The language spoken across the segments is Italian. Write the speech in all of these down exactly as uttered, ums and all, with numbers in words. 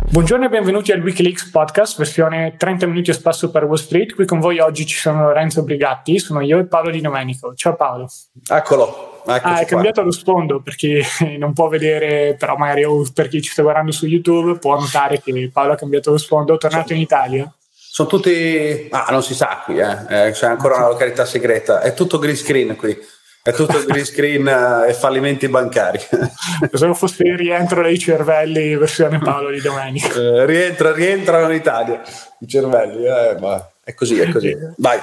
Buongiorno e benvenuti al Wikileaks Podcast, versione trenta minuti a spasso per Wall Street. Qui con voi oggi ci sono Lorenzo Brigatti, sono io e Paolo Di Domenico. Ciao Paolo. Eccolo. Ah, è cambiato lo sfondo per chi non può vedere, però magari o per chi ci sta guardando su YouTube può notare che Paolo ha cambiato lo sfondo. È tornato in Italia? Sono tutti... Ah, non si sa qui, eh. eh c'è ancora una località segreta. È tutto green screen qui. È tutto green screen e fallimenti bancari. Pensavo fosse il rientro dei cervelli versione Paolo Di Domenico. Eh, rientra, rientrano in Italia i cervelli, eh, ma è così, è così. Vai.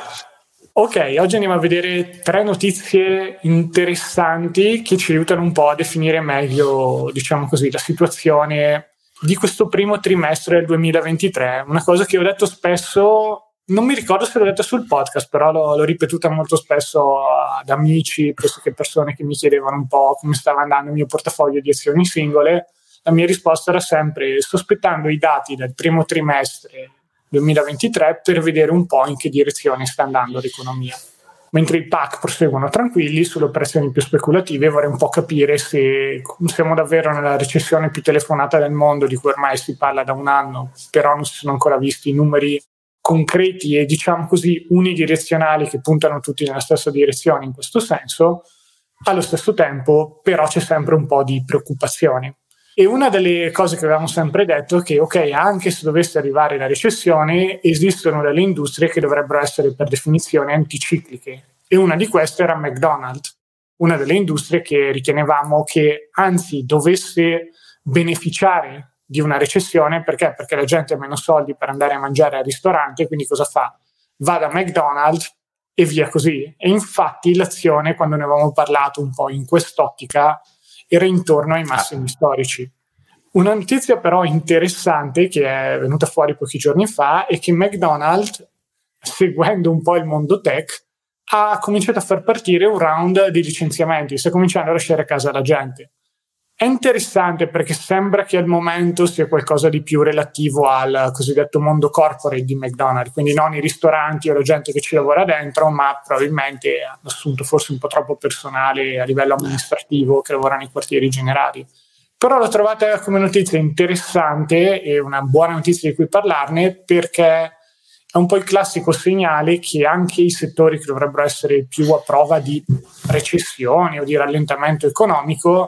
Ok, oggi andiamo a vedere tre notizie interessanti che ci aiutano un po' a definire meglio, diciamo così, la situazione di questo primo trimestre del duemilaventitré. Una cosa che ho detto spesso... Non mi ricordo se l'ho detto sul podcast, però l'ho, l'ho ripetuta molto spesso ad amici, pressoché persone che mi chiedevano un po' come stava andando il mio portafoglio di azioni singole. La mia risposta era sempre: sto aspettando i dati del primo trimestre duemilaventitré per vedere un po' in che direzione sta andando l'economia. Mentre i P A C proseguono tranquilli sulle operazioni più speculative, vorrei un po' capire se siamo davvero nella recessione più telefonata del mondo, di cui ormai si parla da un anno, però non si sono ancora visti i numeri concreti e, diciamo così, unidirezionali che puntano tutti nella stessa direzione in questo senso. Allo stesso tempo però c'è sempre un po' di preoccupazione, e una delle cose che avevamo sempre detto è che ok, anche se dovesse arrivare la recessione, esistono delle industrie che dovrebbero essere per definizione anticicliche, e una di queste era McDonald's, una delle industrie che ritenevamo che anzi dovesse beneficiare di una recessione. Perché? Perché la gente ha meno soldi per andare a mangiare al ristorante, quindi cosa fa? Va da McDonald's e via così. E infatti l'azione, quando ne avevamo parlato un po' in quest'ottica, era intorno ai massimi storici. Una notizia però interessante che è venuta fuori pochi giorni fa è che McDonald's, seguendo un po' il mondo tech, ha cominciato a far partire un round di licenziamenti, sta cominciando a lasciare a casa la gente. È interessante perché sembra che al momento sia qualcosa di più relativo al cosiddetto mondo corporate di McDonald's, quindi non i ristoranti o la gente che ci lavora dentro, ma probabilmente hanno assunto forse un po' troppo personale a livello amministrativo che lavora nei quartieri generali. Però l'ho trovata come notizia interessante e una buona notizia di cui parlarne, perché è un po' il classico segnale che anche i settori che dovrebbero essere più a prova di recessione o di rallentamento economico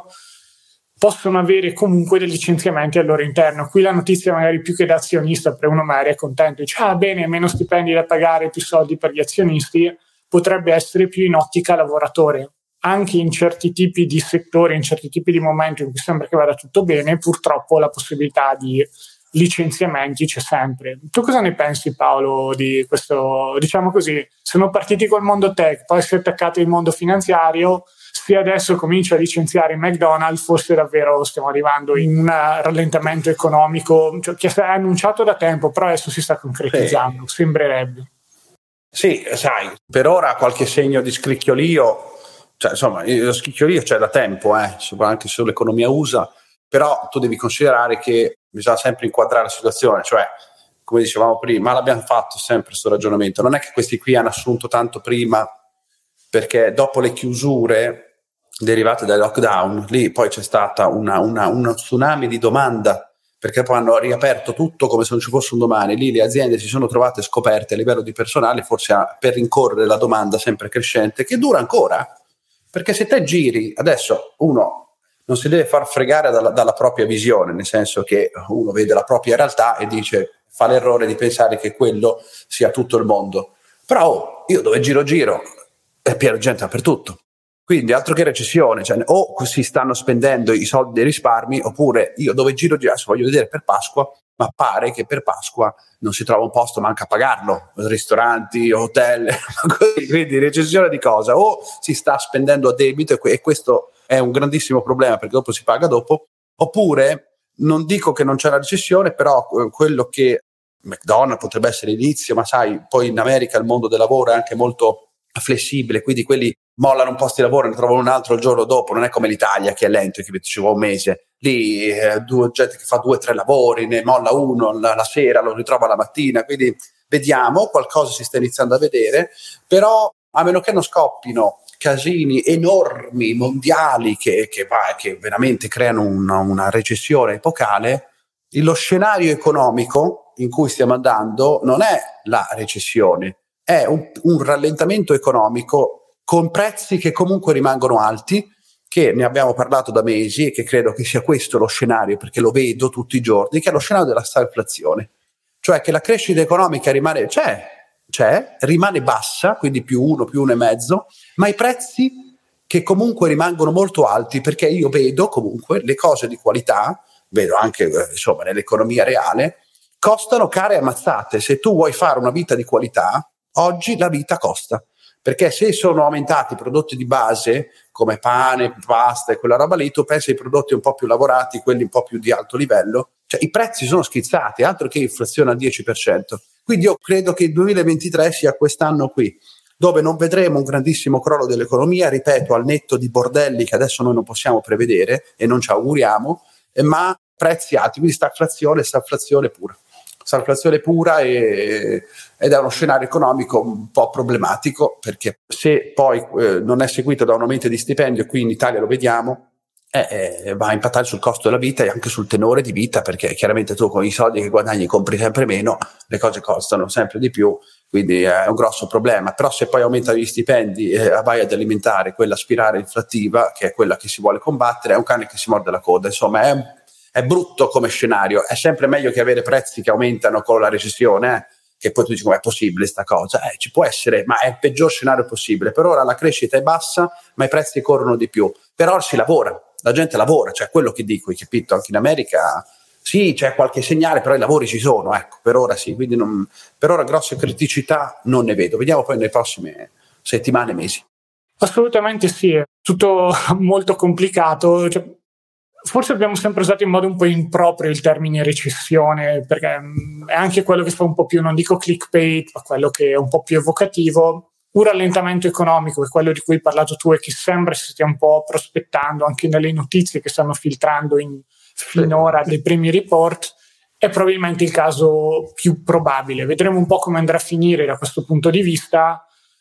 possono avere comunque dei licenziamenti al loro interno. Qui la notizia magari più che da azionista, per uno magari è contento, dice ah bene, meno stipendi da pagare, più soldi per gli azionisti, potrebbe essere più in ottica lavoratore. Anche in certi tipi di settori, in certi tipi di momenti in cui sembra che vada tutto bene, purtroppo la possibilità di licenziamenti c'è sempre. Tu cosa ne pensi, Paolo, di questo? Diciamo così, sono partiti col mondo tech, poi si è attaccato il mondo finanziario. Se adesso comincia a licenziare McDonald's, forse davvero stiamo arrivando in un rallentamento economico, cioè, che è annunciato da tempo, però adesso si sta concretizzando, sì. Sembrerebbe. Sì, sai, per ora qualche segno di scricchiolio, cioè insomma, lo scricchiolio c'è da tempo, eh, anche sull'economia U S A, però tu devi considerare che bisogna sempre inquadrare la situazione, cioè, come dicevamo prima, ma l'abbiamo fatto sempre questo ragionamento, non è che questi qui hanno assunto tanto prima, perché dopo le chiusure derivate dai lockdown, lì poi c'è stata una, una, uno tsunami di domanda, perché poi hanno riaperto tutto come se non ci fosse un domani. Lì le aziende si sono trovate scoperte a livello di personale, forse a, per rincorrere la domanda sempre crescente, che dura ancora, perché se te giri, adesso uno non si deve far fregare dalla, dalla propria visione, nel senso che uno vede la propria realtà e dice, fa l'errore di pensare che quello sia tutto il mondo, però oh, io dove giro giro è pieno di gente dappertutto. Quindi altro che recessione, cioè o si stanno spendendo i soldi dei risparmi, oppure io dove giro giro, adesso voglio vedere per Pasqua, ma pare che per Pasqua non si trova un posto manca a pagarlo, ristoranti, hotel, quindi recessione di cosa? O si sta spendendo a debito e questo è un grandissimo problema perché dopo si paga dopo, oppure non dico che non c'è la recessione, però quello che McDonald's potrebbe essere inizio, ma sai, poi in America il mondo del lavoro è anche molto flessibile, quindi quelli mollano un posto di lavoro e ne trovano un altro il giorno dopo, non è come l'Italia che è lento, che ci vuole un mese. Lì eh, due, gente che fa due o tre lavori, ne molla uno la, la sera, lo ritrova la mattina, quindi vediamo, qualcosa si sta iniziando a vedere, però a meno che non scoppino casini enormi mondiali che, che, va, che veramente creano una, una recessione epocale, lo scenario economico in cui stiamo andando non è la recessione, è un, un rallentamento economico con prezzi che comunque rimangono alti, che ne abbiamo parlato da mesi e che credo che sia questo lo scenario, perché lo vedo tutti i giorni, che è lo scenario della stagflazione, cioè che la crescita economica rimane, c'è, c'è, rimane bassa, quindi più uno, più uno e mezzo, ma i prezzi che comunque rimangono molto alti, perché io vedo comunque le cose di qualità, vedo anche insomma nell'economia reale, costano care ammazzate. Se tu vuoi fare una vita di qualità, oggi la vita costa, perché se sono aumentati i prodotti di base come pane, pasta e quella roba lì, tu pensi ai prodotti un po' più lavorati, quelli un po' più di alto livello, cioè i prezzi sono schizzati, altro che inflazione al dieci per cento. Quindi io credo che il duemilaventitré sia quest'anno qui, dove non vedremo un grandissimo crollo dell'economia, ripeto, al netto di bordelli che adesso noi non possiamo prevedere e non ci auguriamo, ma prezzi alti, quindi stagflazione, stagflazione pura. Stagflazione pura e, ed è uno scenario economico un po' problematico, perché se poi eh, non è seguito da un aumento di stipendio, qui in Italia lo vediamo, eh, eh, va a impattare sul costo della vita e anche sul tenore di vita, perché chiaramente tu con i soldi che guadagni compri sempre meno, le cose costano sempre di più, quindi è un grosso problema. Però se poi aumentano gli stipendi e eh, vai ad alimentare quella spirale inflattiva, che è quella che si vuole combattere, è un cane che si morde la coda, insomma è È brutto come scenario, è sempre meglio che avere prezzi che aumentano con la recessione, eh? Che poi tu dici come è possibile sta cosa, eh, ci può essere, ma è il peggior scenario possibile. Per ora la crescita è bassa, ma i prezzi corrono di più, però si lavora, la gente lavora, cioè quello che dico, hai capito? Anche in America sì, c'è qualche segnale, però i lavori ci sono, ecco, per ora sì, quindi non, per ora grosse criticità non ne vedo, vediamo poi nelle prossime settimane, mesi. Assolutamente sì, è tutto molto complicato, cioè, forse abbiamo sempre usato in modo un po' improprio il termine recessione, perché è anche quello che fa un po' più, non dico clickbait, ma quello che è un po' più evocativo. Un rallentamento economico, è quello di cui hai parlato tu e che sembra si stia un po' prospettando anche nelle notizie che stanno filtrando in, finora dei primi report, è probabilmente il caso più probabile. Vedremo un po' come andrà a finire da questo punto di vista.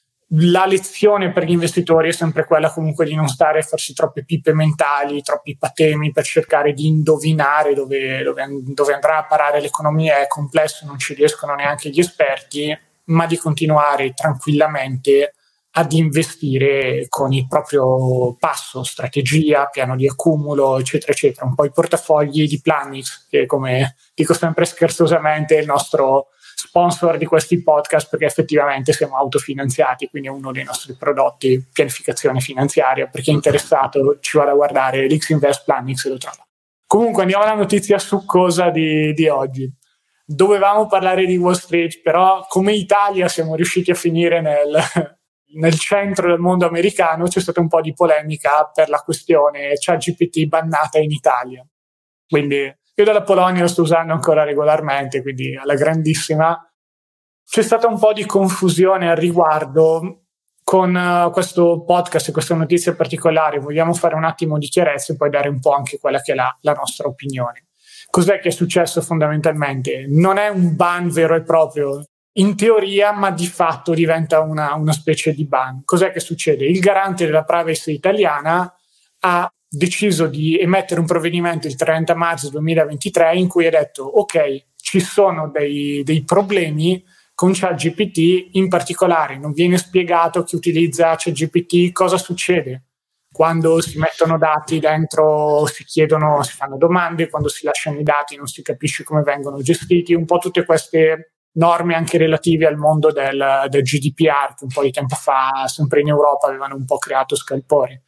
La lezione per gli investitori è sempre quella comunque di non stare a farsi troppe pippe mentali, troppi patemi per cercare di indovinare dove, dove, dove andrà a parare l'economia. È complesso, non ci riescono neanche gli esperti, ma di continuare tranquillamente ad investire con il proprio passo, strategia, piano di accumulo, eccetera, eccetera. Un po' i portafogli di Planix, che come dico sempre scherzosamente è il nostro sponsor di questi podcast, perché effettivamente siamo autofinanziati, quindi è uno dei nostri prodotti, pianificazione finanziaria. Per chi è interessato ci vada a guardare l'X Invest Planix e lo trova. Comunque andiamo alla notizia succosa di, di oggi. Dovevamo parlare di Wall Street, però come Italia siamo riusciti a finire nel, nel centro del mondo americano. C'è stata un po' di polemica per la questione ChatGPT bannata in Italia. Quindi io dalla Polonia lo sto usando ancora regolarmente, quindi alla grandissima. C'è stata un po' di confusione al riguardo. Con uh, questo podcast e questa notizia particolare vogliamo fare un attimo di chiarezza e poi dare un po' anche quella che è la, la nostra opinione. Cos'è che è successo fondamentalmente? Non è un ban vero e proprio in teoria, ma di fatto diventa una, una specie di ban. Cos'è che succede? Il garante della privacy italiana ha deciso di emettere un provvedimento il trenta marzo duemilaventitré in cui ha detto ok, ci sono dei, dei problemi con ChatGPT, in particolare non viene spiegato chi utilizza ChatGPT cosa succede quando si mettono dati dentro, si chiedono, si fanno domande, quando si lasciano i dati non si capisce come vengono gestiti, un po' tutte queste norme anche relative al mondo del, del G D P R che un po' di tempo fa sempre in Europa avevano un po' creato scalpore.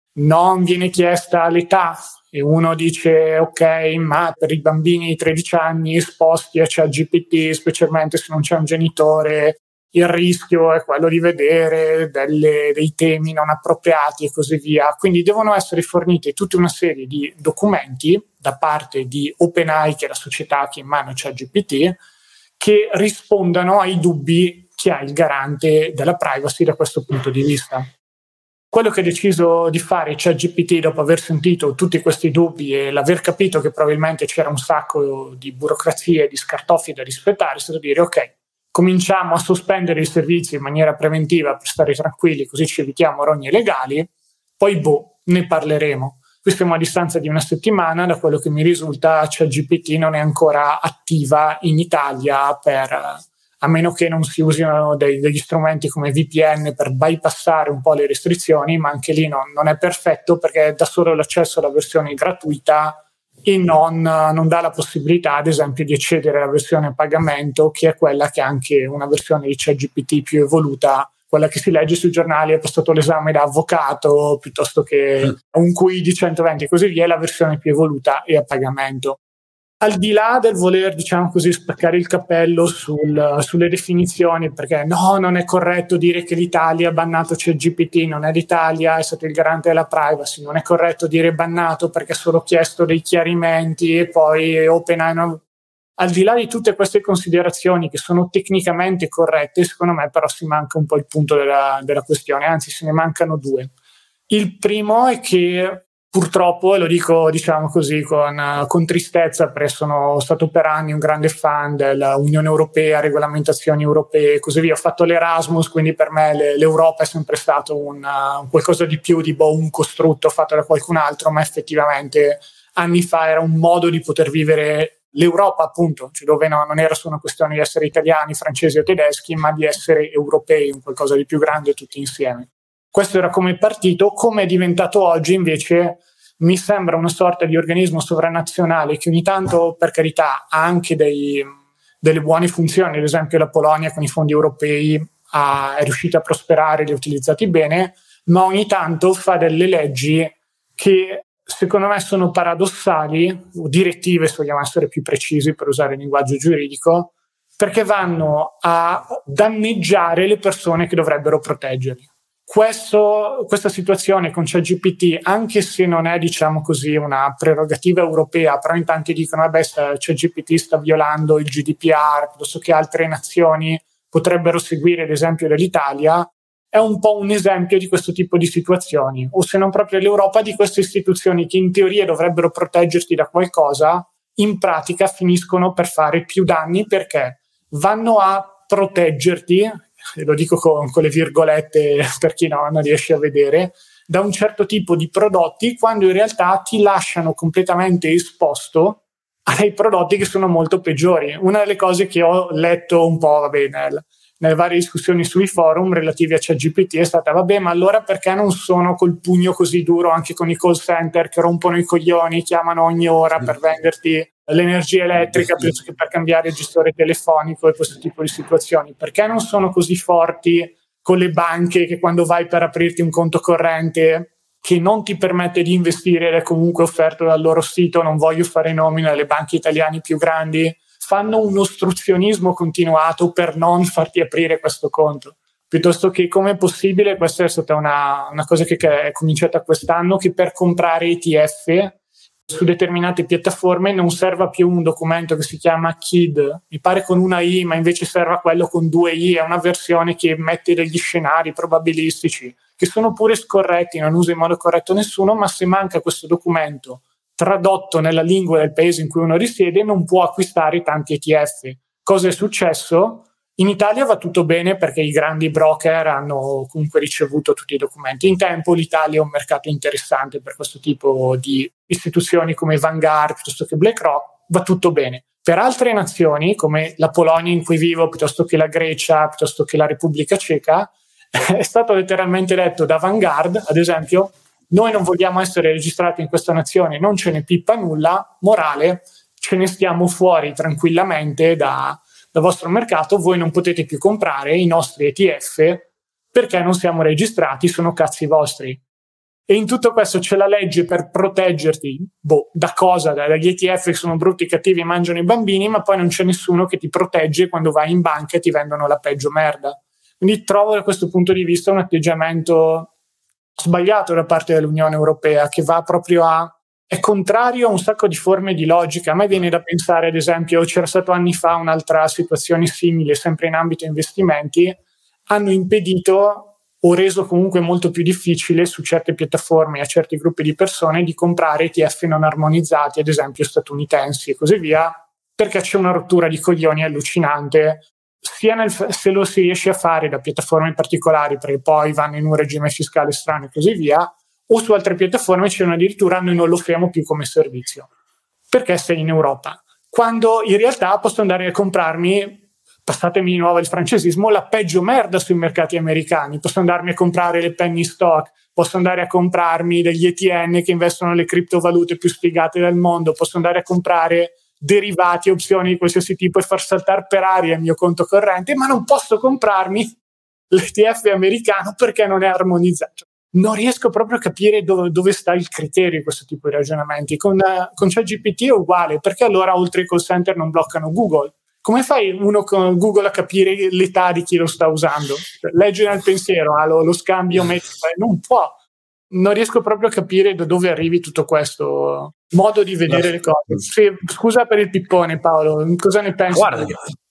Non viene chiesta l'età e uno dice ok, ma per i bambini di tredici anni esposti a ChatGPT, specialmente se non c'è un genitore, il rischio è quello di vedere delle, dei temi non appropriati e così via. Quindi devono essere fornite tutta una serie di documenti da parte di OpenAI, che è la società che ha in mano ChatGPT, che rispondano ai dubbi che ha il garante della privacy da questo punto di vista. Quello che ha deciso di fare ChatGPT dopo aver sentito tutti questi dubbi e l'aver capito che probabilmente c'era un sacco di burocrazia e di scartoffi da rispettare, è stato dire ok, cominciamo a sospendere i servizi in maniera preventiva per stare tranquilli, così ci evitiamo rogne legali, poi boh, ne parleremo. Qui siamo a distanza di una settimana, da quello che mi risulta ChatGPT non è ancora attiva in Italia, per, a meno che non si usino dei, degli strumenti come V P N per bypassare un po' le restrizioni, ma anche lì non, non è perfetto perché dà solo l'accesso alla versione gratuita e non, non dà la possibilità, ad esempio, di accedere alla versione a pagamento, che è quella che è anche una versione di ChatGPT più evoluta, quella che si legge sui giornali, è passato l'esame da avvocato piuttosto che un quiz di centoventi e così via, è la versione più evoluta e a pagamento. Al di là del voler, diciamo così, spaccare il cappello sul, sulle definizioni, perché no, non è corretto dire che l'Italia ha bannato ChatGPT, non è l'Italia, è stato il garante della privacy, non è corretto dire bannato perché ha solo chiesto dei chiarimenti e poi OpenAI. Al di là di tutte queste considerazioni che sono tecnicamente corrette, secondo me però si manca un po' il punto della, della questione, anzi se ne mancano due. Il primo è che purtroppo, e lo dico diciamo così con, con tristezza, perché sono stato per anni un grande fan dell'Unione Europea, regolamentazioni europee e così via, ho fatto l'Erasmus, quindi per me le, l'Europa è sempre stato un, un qualcosa di più di boh, un costrutto fatto da qualcun altro, ma effettivamente anni fa era un modo di poter vivere l'Europa, appunto, cioè dove no, non era solo una questione di essere italiani, francesi o tedeschi, ma di essere europei, un qualcosa di più grande tutti insieme. Questo era come partito. Come è diventato oggi, invece, mi sembra una sorta di organismo sovranazionale che ogni tanto, per carità, ha anche dei, delle buone funzioni. Ad esempio la Polonia con i fondi europei ha, è riuscita a prosperare, li ha utilizzati bene, ma ogni tanto fa delle leggi che secondo me sono paradossali, o direttive se vogliamo essere più precisi per usare il linguaggio giuridico, perché vanno a danneggiare le persone che dovrebbero proteggerli. Questo, questa situazione con ChatGPT, anche se non è diciamo così una prerogativa europea, però in tanti dicono vabbè ChatGPT sta violando il G D P R, piuttosto che altre nazioni potrebbero seguire l'esempio dell'Italia, è un po' un esempio di questo tipo di situazioni, o se non proprio l'Europa, di queste istituzioni che in teoria dovrebbero proteggerti da qualcosa, in pratica finiscono per fare più danni perché vanno a proteggerti, e lo dico con, con le virgolette per chi no, non riesce a vedere, da un certo tipo di prodotti, quando in realtà ti lasciano completamente esposto a dei prodotti che sono molto peggiori. Una delle cose che ho letto un po', vabbè, nel nelle varie discussioni sui forum relativi a ChatGPT è stata vabbè, ma allora perché non sono col pugno così duro anche con i call center che rompono i coglioni, chiamano ogni ora per venderti l'energia elettrica piuttosto che per cambiare il gestore telefonico e questo tipo di situazioni? Perché non sono così forti con le banche che quando vai per aprirti un conto corrente che non ti permette di investire ed è comunque offerto dal loro sito, non voglio fare nomi, alle banche italiane più grandi, fanno un ostruzionismo continuato per non farti aprire questo conto, piuttosto che come è possibile, questa è stata una, una cosa che, che è cominciata quest'anno, che per comprare E T F su determinate piattaforme non serva più un documento che si chiama K I D, mi pare con una I, ma invece serva quello con due I, è una versione che mette degli scenari probabilistici, che sono pure scorretti, non usa in modo corretto nessuno, ma se manca questo documento tradotto nella lingua del paese in cui uno risiede, non può acquistare tanti E T F. Cosa è successo? In Italia va tutto bene perché i grandi broker hanno comunque ricevuto tutti i documenti. In tempo l'Italia è un mercato interessante per questo tipo di istituzioni come Vanguard piuttosto che BlackRock, va tutto bene. Per altre nazioni come la Polonia in cui vivo, piuttosto che la Grecia, piuttosto che la Repubblica Ceca, è stato letteralmente detto da Vanguard, ad esempio, noi non vogliamo essere registrati in questa nazione, non ce ne pippa nulla, morale, ce ne stiamo fuori tranquillamente da, dal vostro mercato, voi non potete più comprare i nostri E T F perché non siamo registrati, sono cazzi vostri. E in tutto questo c'è la legge per proteggerti, boh, da cosa? Dagli E T F che sono brutti, cattivi e mangiano i bambini, ma poi non c'è nessuno che ti protegge quando vai in banca e ti vendono la peggio merda. Quindi trovo da questo punto di vista un atteggiamento sbagliato da parte dell'Unione Europea, che va proprio a è contrario a un sacco di forme di logica. A me viene da pensare, ad esempio, c'era stato anni fa un'altra situazione simile, sempre in ambito investimenti, hanno impedito o reso comunque molto più difficile su certe piattaforme a certi gruppi di persone di comprare E T F non armonizzati, ad esempio statunitensi e così via, perché c'è una rottura di coglioni allucinante, sia nel, se lo si riesce a fare da piattaforme particolari perché poi vanno in un regime fiscale strano e così via, o su altre piattaforme c'erano addirittura noi non lo offriamo più come servizio perché sei in Europa, quando in realtà posso andare a comprarmi, passatemi di nuovo il francesismo, la peggio merda sui mercati americani. Posso andarmi a comprare le penny stock, posso andare a comprarmi degli E T N che investono le criptovalute più spiegate del mondo, posso andare a comprare derivati, opzioni di qualsiasi tipo e far saltare per aria il mio conto corrente, ma non posso comprarmi l'E T F americano perché non è armonizzato. Non riesco proprio a capire dove, dove sta il criterio di questo tipo di ragionamenti. Con, uh, con ChatGPT è uguale, perché allora oltre ai call center non bloccano Google? Come fai uno con Google a capire l'età di chi lo sta usando? Legge nel pensiero, ah, lo, lo scambio medico, non può. Non riesco proprio a capire da dove arrivi tutto questo modo di vedere la, le cose. Sì, scusa per il pippone, Paolo, cosa ne pensi? Guarda,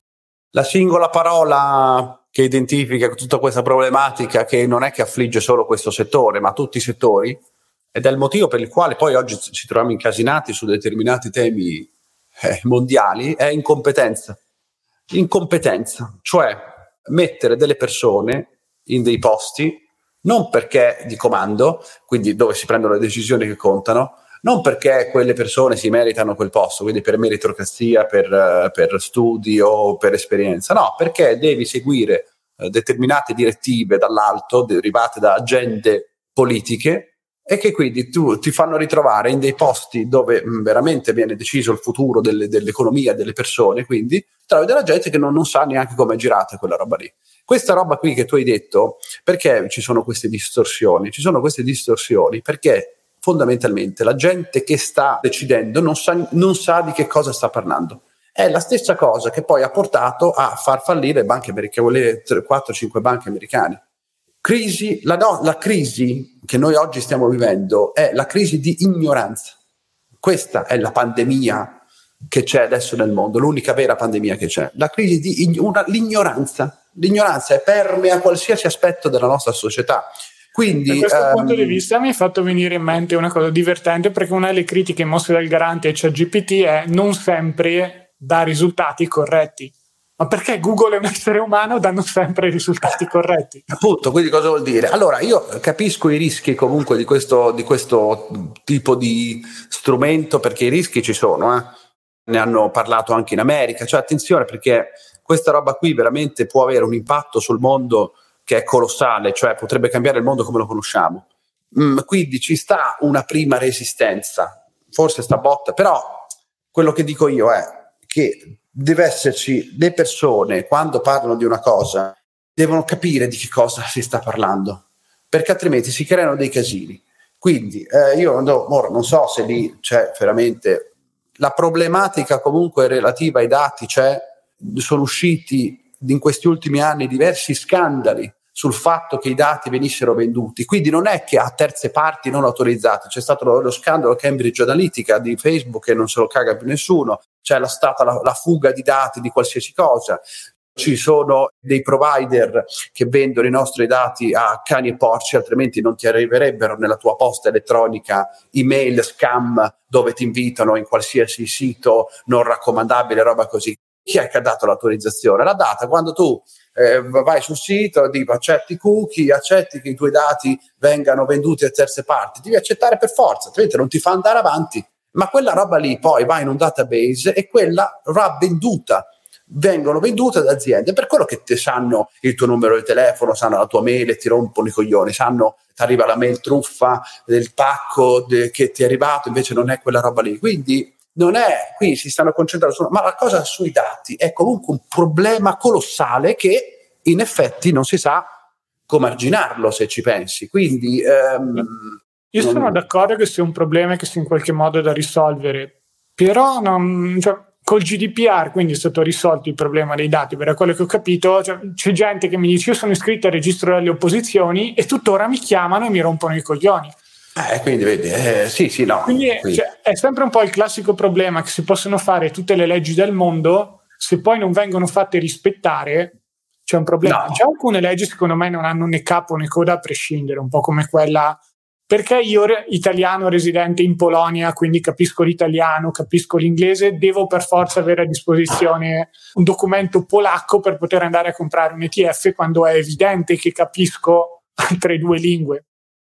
la singola parola che identifica tutta questa problematica, che non è che affligge solo questo settore, ma tutti i settori, ed è il motivo per il quale poi oggi ci troviamo incasinati su determinati temi eh, mondiali, è incompetenza. Incompetenza, cioè mettere delle persone in dei posti non perché di comando, quindi dove si prendono le decisioni che contano, non perché quelle persone si meritano quel posto, quindi per meritocrazia, per, per studi o per esperienza, no, perché devi seguire eh, determinate direttive dall'alto, derivate da agende politiche, e che quindi tu ti fanno ritrovare in dei posti dove mh, veramente viene deciso il futuro delle, dell'economia, delle persone, quindi trovi della gente che non, non sa neanche come è girata quella roba lì. Questa roba qui che tu hai detto, perché ci sono queste distorsioni? Ci sono queste distorsioni perché fondamentalmente la gente che sta decidendo non sa, non sa di che cosa sta parlando. È la stessa cosa che poi ha portato a far fallire banche americane, quelle quattro cinque banche americane. Crisi, la, no, la crisi che noi oggi stiamo vivendo è la crisi di ignoranza. Questa è la pandemia che c'è adesso nel mondo, l'unica vera pandemia che c'è. La crisi di una, l'ignoranza. L'ignoranza è permea qualsiasi aspetto della nostra società. Quindi, da questo um, punto di vista mi è fatto venire in mente una cosa divertente, perché una delle critiche mosse dal garante a ChatGPT è non sempre dà risultati corretti. Ma perché Google è un essere umano, danno sempre i risultati corretti? Appunto, quindi cosa vuol dire? Allora, io capisco i rischi comunque di questo, di questo tipo di strumento, perché i rischi ci sono, eh? Ne hanno parlato anche in America, cioè attenzione, perché questa roba qui veramente può avere un impatto sul mondo che è colossale, cioè potrebbe cambiare il mondo come lo conosciamo. Mm, quindi ci sta una prima resistenza, forse sta botta, però quello che dico io è che deve esserci, le persone quando parlano di una cosa devono capire di che cosa si sta parlando, perché altrimenti si creano dei casini. Quindi eh, io no, ora non so se lì c'è veramente la problematica comunque relativa ai dati, c'è, sono usciti in questi ultimi anni diversi scandali sul fatto che i dati venissero venduti, quindi non è che a terze parti non autorizzate. C'è stato lo, lo scandalo Cambridge Analytica di Facebook che non se lo caga più nessuno, c'è la, stata la, la fuga di dati di qualsiasi cosa, ci sono dei provider che vendono i nostri dati a cani e porci, altrimenti non ti arriverebbero nella tua posta elettronica email scam dove ti invitano in qualsiasi sito non raccomandabile, roba così. Chi è che ha dato l'autorizzazione? L'ha data quando tu eh, vai sul sito, dico accetti cookie, accetti che i tuoi dati vengano venduti a terze parti, devi accettare per forza, altrimenti non ti fa andare avanti. Ma quella roba lì poi va in un database e quella va venduta, vengono vendute da aziende, per quello che ti sanno il tuo numero di telefono, sanno la tua mail e ti rompono i coglioni, sanno ti arriva la mail truffa del pacco de, che ti è arrivato, invece non è quella roba lì. Quindi non è, qui si stanno concentrando su, ma la cosa sui dati è comunque un problema colossale che in effetti non si sa come arginarlo, se ci pensi. Quindi ehm, io sono non... d'accordo che sia un problema che sia in qualche modo da risolvere, però non, cioè, col G D P R quindi è stato risolto il problema dei dati, per quello che ho capito. Cioè, c'è gente che mi dice io sono iscritto al registro delle opposizioni e tuttora mi chiamano e mi rompono i coglioni. Eh, quindi vedi, eh, sì, sì, no. Quindi, quindi. Cioè, è sempre un po' il classico problema che si possono fare tutte le leggi del mondo, se poi non vengono fatte rispettare c'è un problema. No. C'è alcune leggi secondo me non hanno né capo né coda a prescindere, un po' come quella, perché io italiano residente in Polonia, quindi capisco l'italiano, capisco l'inglese, devo per forza avere a disposizione un documento polacco per poter andare a comprare un E T F quando è evidente che capisco altre due lingue.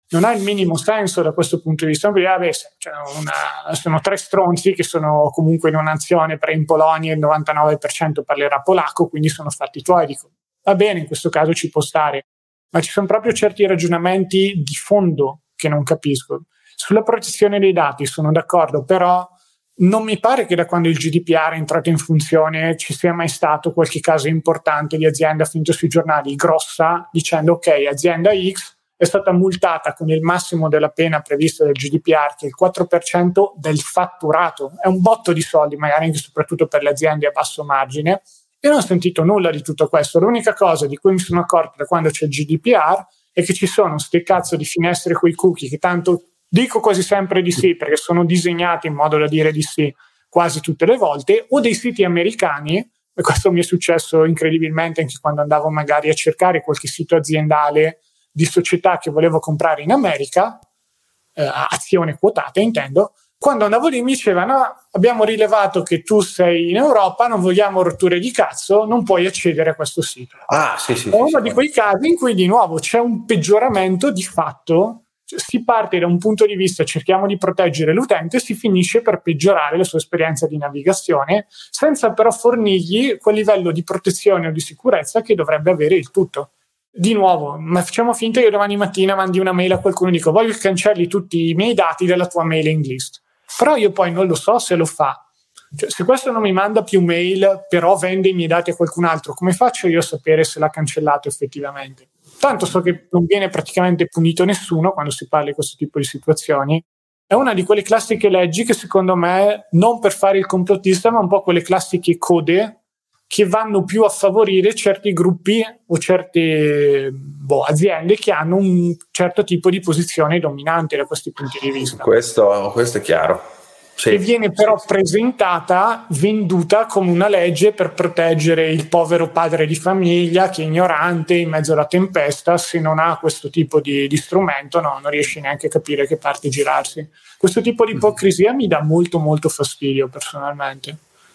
non ha il minimo senso da questo punto di vista. Quindi, vabbè, cioè una, sono tre stronzi che sono comunque in una nazione, per in Polonia il novantanove per cento parlerà polacco, quindi sono fatti tuoi. Dico, va bene, in questo caso ci può stare, ma ci sono proprio certi ragionamenti di fondo che non capisco. Sulla protezione dei dati sono d'accordo, però non mi pare che da quando il G D P R è entrato in funzione ci sia mai stato qualche caso importante di azienda finito sui giornali grossa dicendo ok, azienda X è stata multata con il massimo della pena prevista dal G D P R, che è il quattro per cento del fatturato. È un botto di soldi, magari anche soprattutto per le aziende a basso margine. Io non ho sentito nulla di tutto questo. L'unica cosa di cui mi sono accorto da quando c'è il G D P R è che ci sono ste cazzo di finestre coi cookie, che tanto dico quasi sempre di sì, perché sono disegnati in modo da dire di sì quasi tutte le volte, o dei siti americani, e questo mi è successo incredibilmente anche quando andavo magari a cercare qualche sito aziendale di società che volevo comprare in America, eh, azione quotata intendo. Quando andavo lì mi dicevano no, abbiamo rilevato che tu sei in Europa, non vogliamo rotture di cazzo, non puoi accedere a questo sito. Ah, sì, sì, è sì, uno sì, di sì. quei casi in cui di nuovo c'è un peggioramento di fatto, cioè, si parte da un punto di vista cerchiamo di proteggere l'utente, si finisce per peggiorare la sua esperienza di navigazione senza però fornirgli quel livello di protezione o di sicurezza che dovrebbe avere il tutto. Di nuovo, ma facciamo finta che domani mattina mandi una mail a qualcuno e dico voglio che cancelli tutti i miei dati dalla tua mailing list, però io poi non lo so se lo fa. Cioè, se questo non mi manda più mail però vende i miei dati a qualcun altro, come faccio io a sapere se l'ha cancellato effettivamente? Tanto so che non viene praticamente punito nessuno quando si parla di questo tipo di situazioni. È una di quelle classiche leggi che secondo me, non per fare il complottista, ma un po' quelle classiche code che vanno più a favorire certi gruppi o certe boh, aziende che hanno un certo tipo di posizione dominante da questi punti di vista. Questo, questo è chiaro. Sì, che viene però sì, sì. presentata, venduta come una legge per proteggere il povero padre di famiglia che è ignorante in mezzo alla tempesta, se non ha questo tipo di, di strumento no, non riesce neanche a capire che parte girarsi. Questo tipo di ipocrisia mi dà molto molto fastidio personalmente.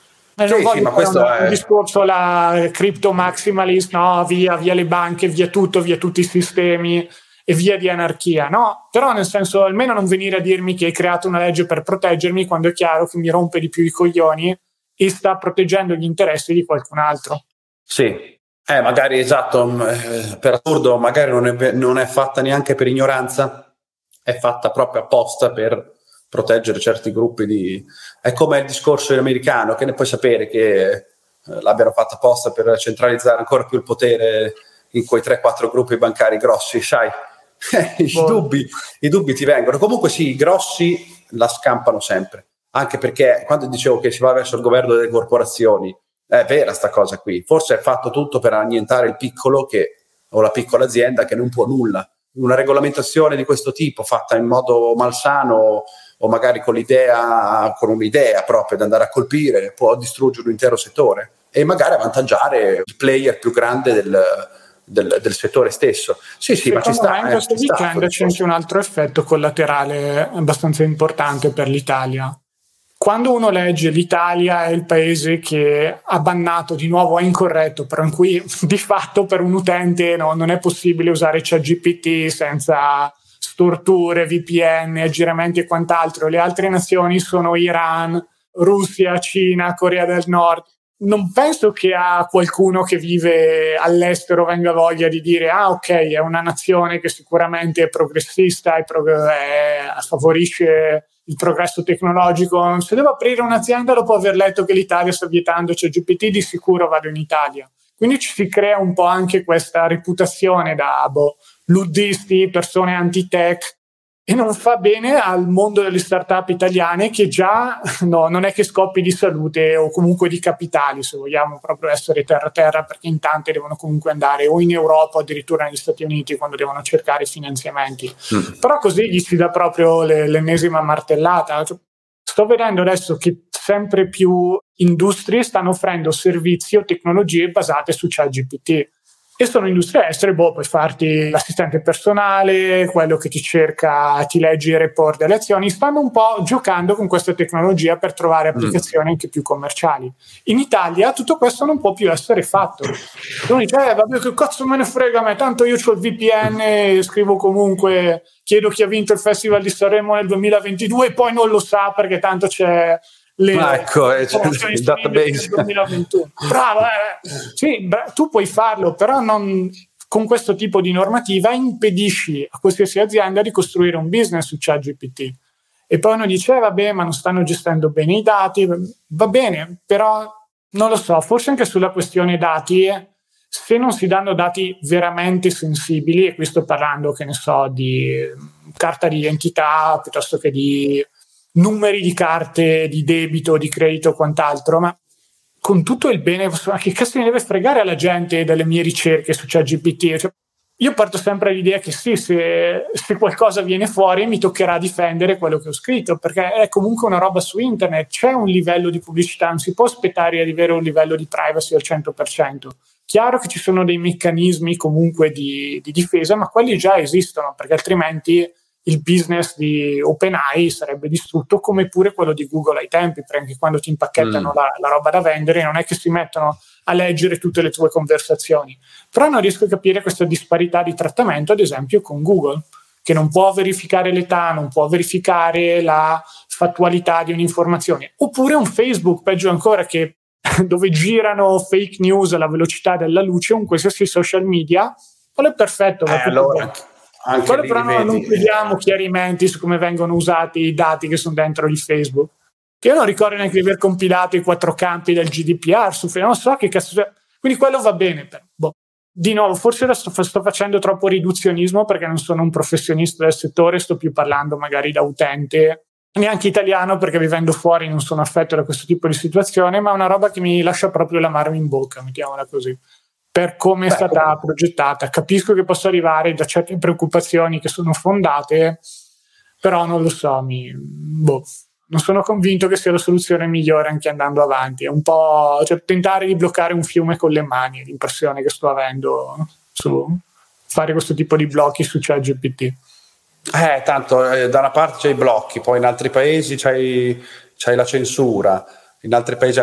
E non Sì, voglio sì, ma fare questo un, è... un discorso la crypto maximalist, no, via, via le banche, via tutto, via tutti i sistemi e via di anarchia, no? Però nel senso, almeno non venire a dirmi che hai creato una legge per proteggermi quando è chiaro che mi rompe di più i coglioni e sta proteggendo gli interessi di qualcun altro. Sì, eh, magari esatto, eh, per assurdo, magari non è, non è fatta neanche per ignoranza, è fatta proprio apposta per proteggere certi gruppi di... È come il discorso americano, che ne puoi sapere che eh, l'abbiano fatta apposta per centralizzare ancora più il potere in quei tre quattro gruppi bancari grossi, sai? I, Boh. dubbi, I dubbi ti vengono. Comunque sì, i grossi la scampano sempre, anche perché quando dicevo che si va verso il governo delle corporazioni, è vera sta cosa qui, forse è fatto tutto per annientare il piccolo che, o la piccola azienda che non può nulla. Una regolamentazione di questo tipo fatta in modo malsano o magari con l'idea, con un'idea proprio di andare a colpire, può distruggere un intero settore e magari avvantaggiare il player più grande del, del, del settore stesso. Sì, sì, Secondo ma ci sta. me in Eh, questa ci sta, vicenda c'è anche un altro effetto collaterale abbastanza importante per l'Italia. Quando uno legge l'Italia è il paese che ha bannato, di nuovo è incorretto, però in cui di fatto per un utente no, non è possibile usare ChatGPT senza storture, V P N, aggiramenti e quant'altro. Le altre nazioni sono Iran, Russia, Cina, Corea del Nord. Non penso che a qualcuno che vive all'estero venga voglia di dire ah ok, è una nazione che sicuramente è progressista e prog- è, favorisce il progresso tecnologico. Se devo aprire un'azienda dopo aver letto che l'Italia sta vietando ChatGPT, di sicuro vado in Italia. Quindi ci si crea un po' anche questa reputazione da boh, luddisti, persone anti-tech, e non fa bene al mondo delle start-up italiane che già no, non è che scoppi di salute o comunque di capitali, se vogliamo proprio essere terra-terra, perché in tante devono comunque andare o in Europa o addirittura negli Stati Uniti quando devono cercare finanziamenti. Mm. Però così gli si dà proprio le, l'ennesima martellata. Sto vedendo adesso che sempre più industrie stanno offrendo servizi o tecnologie basate su ChatGPT. e sono industrie estere, boh, puoi farti l'assistente personale, quello che ti cerca, ti legge i report delle azioni. Stanno un po' giocando con questa tecnologia per trovare applicazioni mm. anche più commerciali. In Italia tutto questo non può più essere fatto. Uno dice, eh vabbè, che cazzo me ne frega a me, tanto io ho il V P N e scrivo comunque, chiedo chi ha vinto il Festival di Sanremo nel duemilaventidue e poi non lo sa perché tanto c'è le ah, ecco, eh, il database duemilaventuno. Bravo, eh. Sì, bra- tu puoi farlo, però non, con questo tipo di normativa impedisci a qualsiasi azienda di costruire un business su ChatGPT. E poi uno dice, eh, vabbè, ma non stanno gestendo bene i dati. Va bene, però non lo so, forse anche sulla questione dati, se non si danno dati veramente sensibili, e qui sto parlando, che ne so, di carta di identità piuttosto che di numeri di carte di debito, di credito o quant'altro, ma con tutto il bene, ma che cazzo ne deve fregare alla gente delle mie ricerche su ChatGPT? Cioè, io parto sempre all'idea che sì, se, se qualcosa viene fuori mi toccherà difendere quello che ho scritto, perché è comunque una roba su internet, c'è un livello di pubblicità, non si può aspettare di avere un livello di privacy al cento per cento. Chiaro che ci sono dei meccanismi comunque di, di difesa, ma quelli già esistono, perché altrimenti il business di OpenAI sarebbe distrutto, come pure quello di Google ai tempi, perché anche quando ti impacchettano mm. la, la roba da vendere non è che si mettono a leggere tutte le tue conversazioni. Però non riesco a capire questa disparità di trattamento, ad esempio con Google, che non può verificare l'età, non può verificare la fattualità di un'informazione, oppure un Facebook, peggio ancora, che dove girano fake news alla velocità della luce, un qualsiasi social media, quello è perfetto, va eh, allora bene. Anche quello però non, non chiediamo chiarimenti su come vengono usati i dati che sono dentro di Facebook, che io non ricordo neanche di aver compilato i quattro campi del G D P R su, non so che cazzo, quindi quello va bene, però, boh. Di nuovo forse sto, sto facendo troppo riduzionismo perché non sono un professionista del settore, sto più parlando magari da utente, neanche italiano, perché vivendo fuori non sono affetto da questo tipo di situazione, ma è una roba che mi lascia proprio l'amaro in bocca, mettiamola così, per come è Beh, stata come... progettata. Capisco che possa arrivare da certe preoccupazioni che sono fondate, però non lo so, mi... boh, non sono convinto che sia la soluzione migliore anche andando avanti. È un po', cioè, tentare di bloccare un fiume con le mani, l'impressione che sto avendo su fare questo tipo di blocchi su ChatGPT. Eh, tanto eh, da una parte c'hai i blocchi, poi in altri paesi c'hai, c'hai la censura, in altri paesi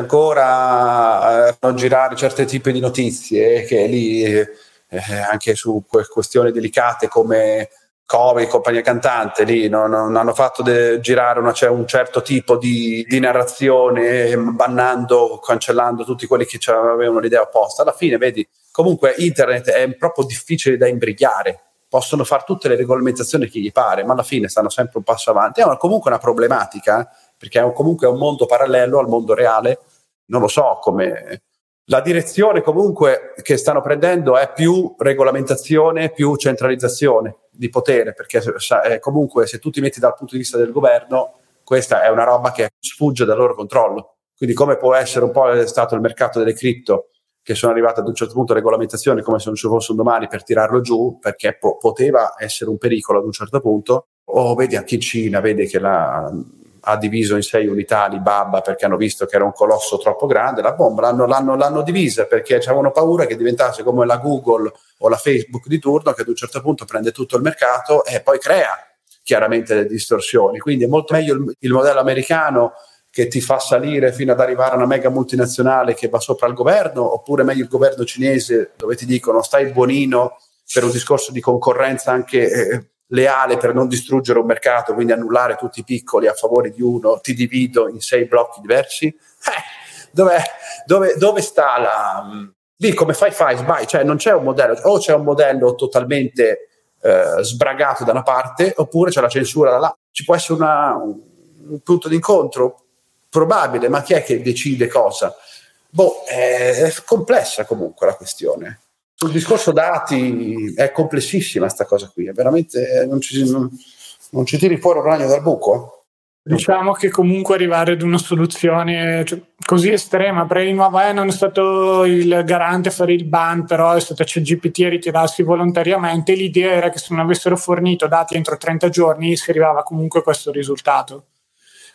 ancora eh, fanno girare certi tipi di notizie, che lì eh, anche su questioni delicate come Covid, compagnia cantante, lì non, non hanno fatto de- girare una, cioè un certo tipo di, di narrazione, bannando, cancellando tutti quelli che avevano l'idea opposta. Alla fine, vedi, comunque internet è proprio difficile da imbrigliare. Possono fare tutte le regolamentazioni che gli pare, ma alla fine stanno sempre un passo avanti. È una, comunque una problematica, perché è comunque un mondo parallelo al mondo reale. Non lo so come... La direzione comunque che stanno prendendo è più regolamentazione, più centralizzazione di potere, perché eh, comunque se tu ti metti dal punto di vista del governo, questa è una roba che sfugge dal loro controllo. Quindi come può essere un po' stato il mercato delle cripto, che sono arrivate ad un certo punto regolamentazioni come se non ci fosse un domani per tirarlo giù, perché po- poteva essere un pericolo ad un certo punto. O vedi anche in Cina, vedi che la, ha diviso in sei unità Alibaba perché hanno visto che era un colosso troppo grande, la bomba l'hanno, l'hanno, l'hanno divisa perché avevano paura che diventasse come la Google o la Facebook di turno, che ad un certo punto prende tutto il mercato e poi crea chiaramente le distorsioni. Quindi è molto meglio il, il modello americano, che ti fa salire fino ad arrivare a una mega multinazionale che va sopra il governo, oppure meglio il governo cinese dove ti dicono stai buonino per un discorso di concorrenza anche eh, leale, per non distruggere un mercato, quindi annullare tutti i piccoli a favore di uno, ti divido in sei blocchi diversi. Eh, dove, dove, dove sta la... Lì come fai fai, sbagli, cioè non c'è un modello, o c'è un modello totalmente eh, sbragato da una parte, oppure c'è la censura da là. Ci può essere una, un punto d'incontro? Probabile, ma chi è che decide cosa? Boh, è, è complessa comunque la questione. Sul discorso dati è complessissima sta cosa qui, è veramente non ci, non, non ci tiri fuori un ragno dal buco. Diciamo che comunque arrivare ad una soluzione cioè, così estrema, perché di nuovo eh, non è stato il garante a fare il ban, però è stato ChatGPT a ritirarsi volontariamente. L'idea era che se non avessero fornito dati entro trenta giorni si arrivava comunque a questo risultato.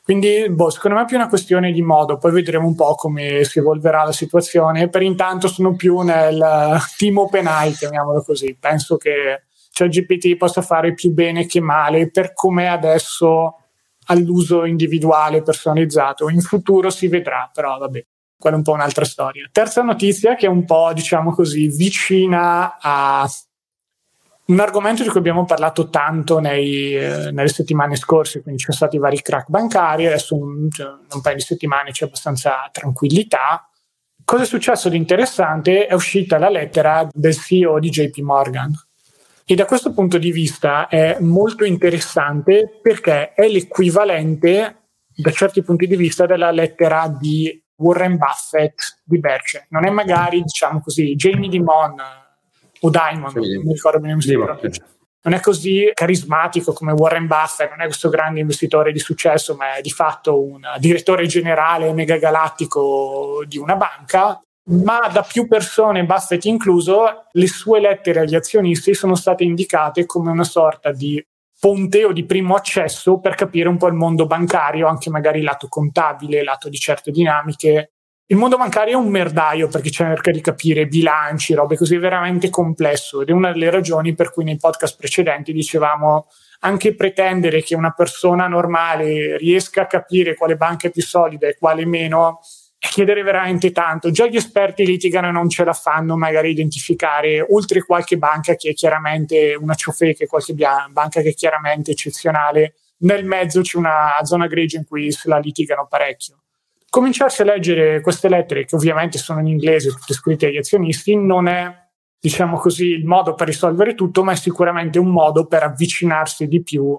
Quindi, boh, secondo me è più una questione di modo, poi vedremo un po' come si evolverà la situazione. Per intanto sono più nel team OpenAI, chiamiamolo così. Penso che ChatGPT possa fare più bene che male per com'è adesso all'uso individuale personalizzato. In futuro si vedrà, però vabbè, quella è un po' un'altra storia. Terza notizia che è un po', diciamo così, vicina a un argomento di cui abbiamo parlato tanto nei, eh, nelle settimane scorse, quindi ci sono stati vari crack bancari, adesso un, cioè, un paio di settimane c'è abbastanza tranquillità. Cosa è successo di interessante? È uscita la lettera del C E O di J P Morgan e da questo punto di vista è molto interessante perché è l'equivalente da certi punti di vista della lettera di Warren Buffett di Berkshire. Non è magari, diciamo così, Jamie Dimon o Dimon, sì, non mi ricordo bene, Dimon, sì. Non è così carismatico come Warren Buffett, non è questo grande investitore di successo, ma è di fatto un direttore generale megagalattico di una banca. Ma da più persone, Buffett incluso, le sue lettere agli azionisti sono state indicate come una sorta di ponte o di primo accesso per capire un po' il mondo bancario, anche magari lato contabile, lato di certe dinamiche. Il mondo bancario è un merdaio perché cerca di capire bilanci, robe così, veramente complesso, ed è una delle ragioni per cui nei podcast precedenti dicevamo anche pretendere che una persona normale riesca a capire quale banca è più solida e quale meno è chiedere veramente tanto. Già gli esperti litigano e non ce la fanno magari identificare, oltre qualche banca che è chiaramente una ciofeca, qualche banca che è chiaramente eccezionale, nel mezzo c'è una zona grigia in cui se la litigano parecchio. Cominciarsi a leggere queste lettere, che ovviamente sono in inglese, tutte scritte agli azionisti, non è, diciamo così, il modo per risolvere tutto, ma è sicuramente un modo per avvicinarsi di più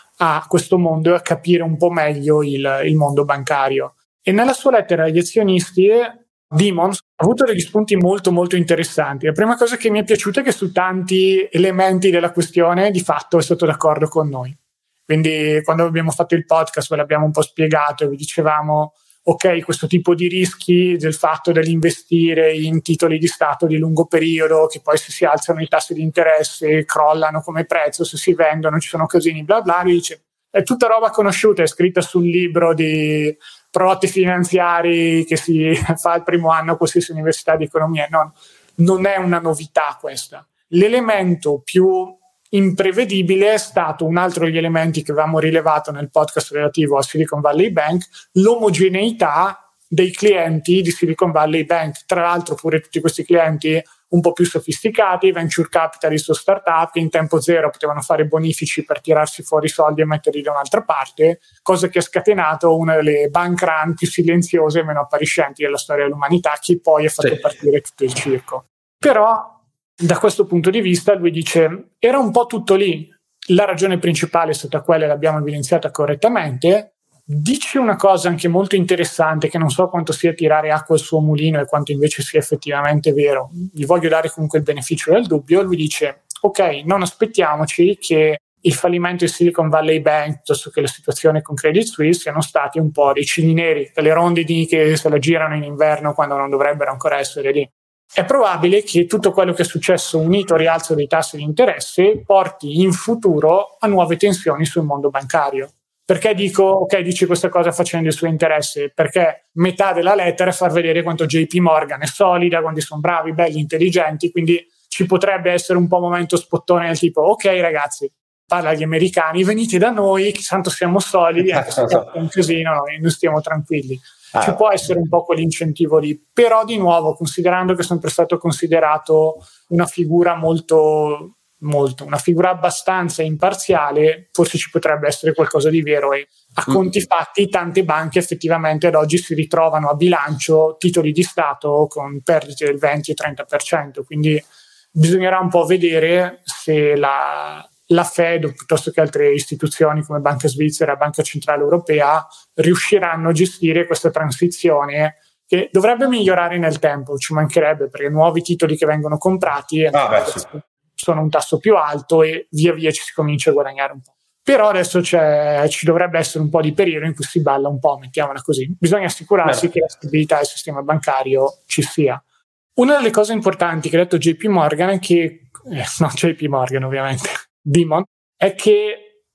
a questo mondo e a capire un po' meglio il, il mondo bancario. E nella sua lettera agli azionisti, Dimon ha avuto degli spunti molto molto interessanti. La prima cosa che mi è piaciuta è che su tanti elementi della questione di fatto è stato d'accordo con noi. Quindi quando abbiamo fatto il podcast ve l'abbiamo un po' spiegato e vi dicevamo ok, questo tipo di rischi del fatto dell'investire in titoli di Stato di lungo periodo, che poi se si alzano i tassi di interesse crollano come prezzo, se si vendono ci sono casini, bla bla, lui dice, è tutta roba conosciuta, è scritta sul libro di prodotti finanziari che si fa al primo anno a qualsiasi università di economia. No, non è una novità questa. L'elemento più imprevedibile è stato un altro degli elementi che avevamo rilevato nel podcast relativo a Silicon Valley Bank, l'omogeneità dei clienti di Silicon Valley Bank. Tra l'altro pure tutti questi clienti un po' più sofisticati, venture capitalist o startup, che in tempo zero potevano fare bonifici per tirarsi fuori soldi e metterli da un'altra parte, cosa che ha scatenato una delle bank run più silenziose e meno appariscenti della storia dell'umanità, che poi ha fatto sì. partire tutto il circo. Però da questo punto di vista lui dice era un po' tutto lì, la ragione principale è stata quella e l'abbiamo evidenziata correttamente. Dice una cosa anche molto interessante che non so quanto sia tirare acqua al suo mulino e quanto invece sia effettivamente vero, gli voglio dare comunque il beneficio del dubbio. Lui dice ok, non aspettiamoci che il fallimento di Silicon Valley Bank piuttosto che la situazione con Credit Suisse siano stati un po' dei cigni neri, delle rondini che se la girano in inverno quando non dovrebbero ancora essere lì. È probabile che tutto quello che è successo unito al rialzo dei tassi di interesse porti in futuro a nuove tensioni sul mondo bancario. Perché dico, ok, dice questa cosa facendo il suo interesse? Perché metà della lettera è far vedere quanto J P Morgan è solida, quanti sono bravi, belli, intelligenti, quindi ci potrebbe essere un po' un momento spottone del tipo, ok ragazzi, parla agli americani, venite da noi, che tanto siamo solidi, anche se è un casino, noi, noi stiamo tranquilli. Ci può essere un po' quell'incentivo lì, però di nuovo, considerando che è sempre stato considerato una figura molto, molto, una figura abbastanza imparziale, forse ci potrebbe essere qualcosa di vero e a conti fatti tante banche effettivamente ad oggi si ritrovano a bilancio titoli di Stato con perdite del venti e trenta per cento, quindi bisognerà un po' vedere se la... la Fed, piuttosto che altre istituzioni come Banca Svizzera, Banca Centrale Europea, riusciranno a gestire questa transizione che dovrebbe migliorare nel tempo, ci mancherebbe, perché nuovi titoli che vengono comprati ah, beh, sì. sono un tasso più alto e via via ci si comincia a guadagnare un po'. Però adesso c'è, ci dovrebbe essere un po' di periodo in cui si balla un po', mettiamola così. Bisogna assicurarsi beh. che la stabilità del sistema bancario ci sia. Una delle cose importanti che ha detto J P Morgan è che, eh, no J P Morgan ovviamente, Dimon, è che